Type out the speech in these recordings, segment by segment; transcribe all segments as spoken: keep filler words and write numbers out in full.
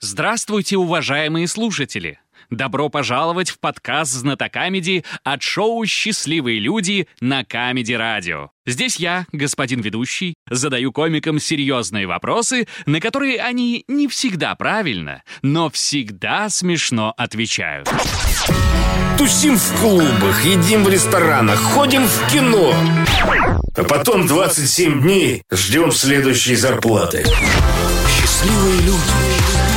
Здравствуйте, уважаемые слушатели! Добро пожаловать в подкаст «Знатокамеди» от шоу «Счастливые люди» на Камеди Радио. Здесь я, господин ведущий, задаю комикам серьезные вопросы, на которые они не всегда правильно, но всегда смешно отвечают. Тусим в клубах, едим в ресторанах, ходим в кино. А потом двадцать семь дней ждем следующей зарплаты. Счастливые люди.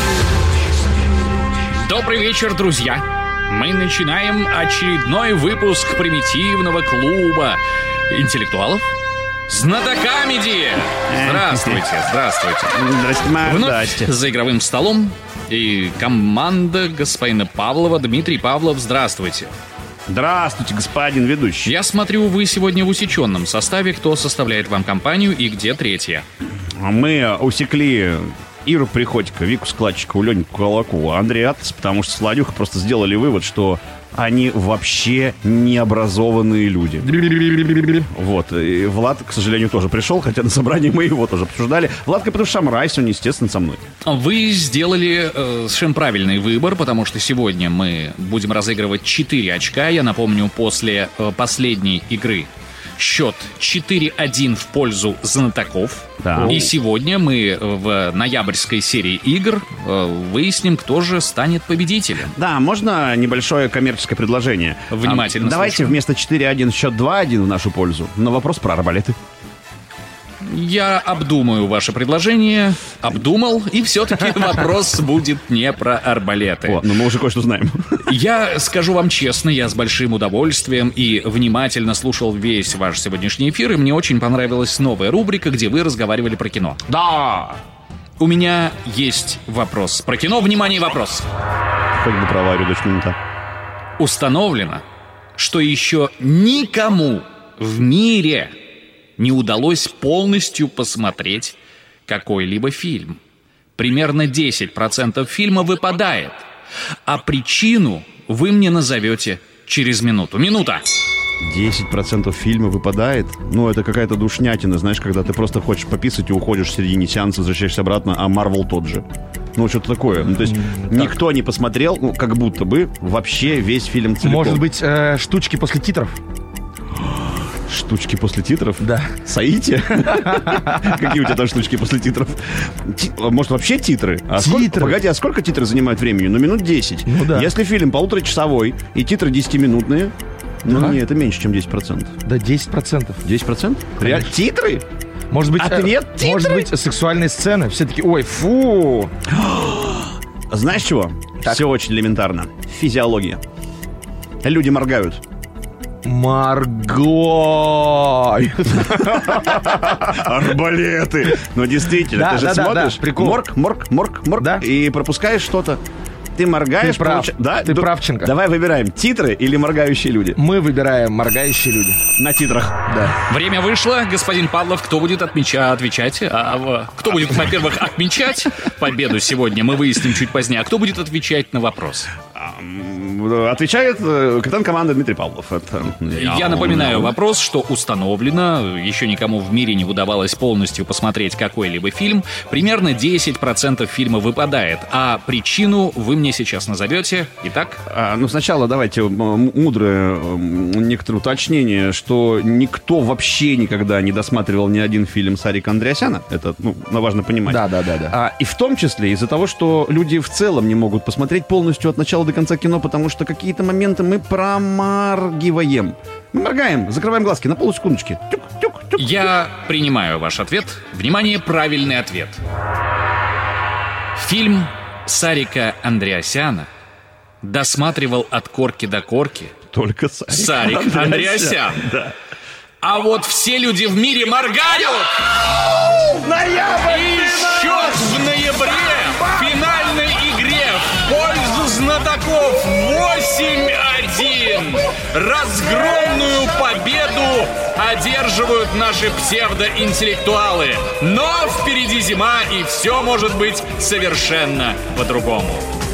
Добрый вечер, друзья! Мы начинаем очередной выпуск примитивного клуба интеллектуалов «Знатокамеди». Здравствуйте, здравствуйте. Здрасте, Марк. Вновь Здрасте. за игровым столом и команда господина Павлова, Дмитрий Павлов, здравствуйте. Здравствуйте, господин ведущий. Я смотрю, вы сегодня в усеченном составе. Кто составляет вам компанию и где третья? Мы усекли Иру Приходько, Вику Складчикову, Леньку Колокову, Андрея Атос, потому что с Владюха просто сделали вывод, что они вообще необразованные люди. Вот. И Влад, к сожалению, тоже пришел, хотя на собрании мы его тоже обсуждали. Влад Капитов Шамрай сегодня, естественно, со мной. Вы сделали э, совершенно правильный выбор, потому что сегодня мы будем разыгрывать четыре очка. Я напомню, после э, последней игры счет четыре один в пользу знатоков. Да. И сегодня мы в ноябрьской серии игр э, выясним, кто же станет победителем. Да, можно небольшое коммерческое предложение? Внимательно а, Давайте слушаю. вместо четыре один счет два один в нашу пользу. Но вопрос про арбалеты. Я обдумаю ваше предложение, обдумал, и все-таки вопрос будет не про арбалеты. О, ну мы уже кое-что знаем. Я скажу вам честно, я с большим удовольствием и внимательно слушал весь ваш сегодняшний эфир, и мне очень понравилась новая рубрика, где вы разговаривали про кино. Да! У меня есть вопрос про кино. Внимание, вопрос. Хоть бы про аварию дочь минута. Установлено, что еще никому в мире не удалось полностью посмотреть какой-либо фильм. Примерно десять процентов фильма выпадает. А причину вы мне назовете через минуту. Минута! десять процентов фильма выпадает? Ну, это какая-то душнятина, знаешь, когда ты просто хочешь пописать и уходишь в середине сеанса, возвращаешься обратно, а Марвел тот же. Ну, что-то такое. Ну, то есть mm, никто не посмотрел, ну, как будто бы, вообще весь фильм целиком. Может быть, э, штучки после титров? Штучки после титров? Да. Саити? Какие у тебя там штучки после титров? Может, вообще титры? Титры? Погоди, а сколько титры занимают времени? Ну, минут десять. Ну да. Если фильм полуторачасовой и титры десятиминутные, ну, не, это меньше, чем десять процентов. Да, десять процентов. десять процентов? Реально? Титры? Может быть, Ответ э, титры? Может быть, сексуальные сцены. Все таки, ой, фу. Знаешь чего? Так. Все очень элементарно. Физиология. Люди моргают. Марго! Арбалеты! Ну, действительно, Да, ты же да, да, смотришь, да, прикол. морг, морг, морг, морг, Да. и пропускаешь что-то. Ты моргаешь, Ты прав. получа- да? Ты Ду- правченко. Давай выбираем, титры или моргающие люди? Мы выбираем моргающие люди. На титрах. Да. Время вышло. Господин Павлов, кто будет отмечать, отвечать? А, в- кто будет, во-первых, отмечать победу сегодня, мы выясним чуть позднее. А кто будет отвечать на вопрос? Отвечает э, капитан команды Дмитрий Павлов. Это... Я напоминаю вопрос, что установлено, еще никому в мире не удавалось полностью посмотреть какой-либо фильм. Примерно десять процентов фильма выпадает. А причину вы мне сейчас назовете. Итак? А, ну, сначала давайте м- мудрое м, некоторое уточнение, что никто вообще никогда не досматривал ни один фильм Сарика Андреасяна. Это, ну, важно понимать. Да, да, да, да. А, и в том числе из-за того, что люди в целом не могут посмотреть полностью от начала до конца кино, потому что какие-то моменты мы промаргиваем. Мы моргаем, закрываем глазки на полусекундочки. Тюк, тюк, тюк. Я принимаю ваш ответ. Внимание, правильный ответ. Фильм Сарика Андреасяна досматривал от корки до корки Только Сарик, Сарик Андреасян. Да. А вот все люди в мире моргают! Ноябрь! И счет в ноябре в финальной игре в пользу знатоков восемь один. Разгромную победу одерживают наши псевдоинтеллектуалы. Но впереди зима, и все может быть совершенно по-другому.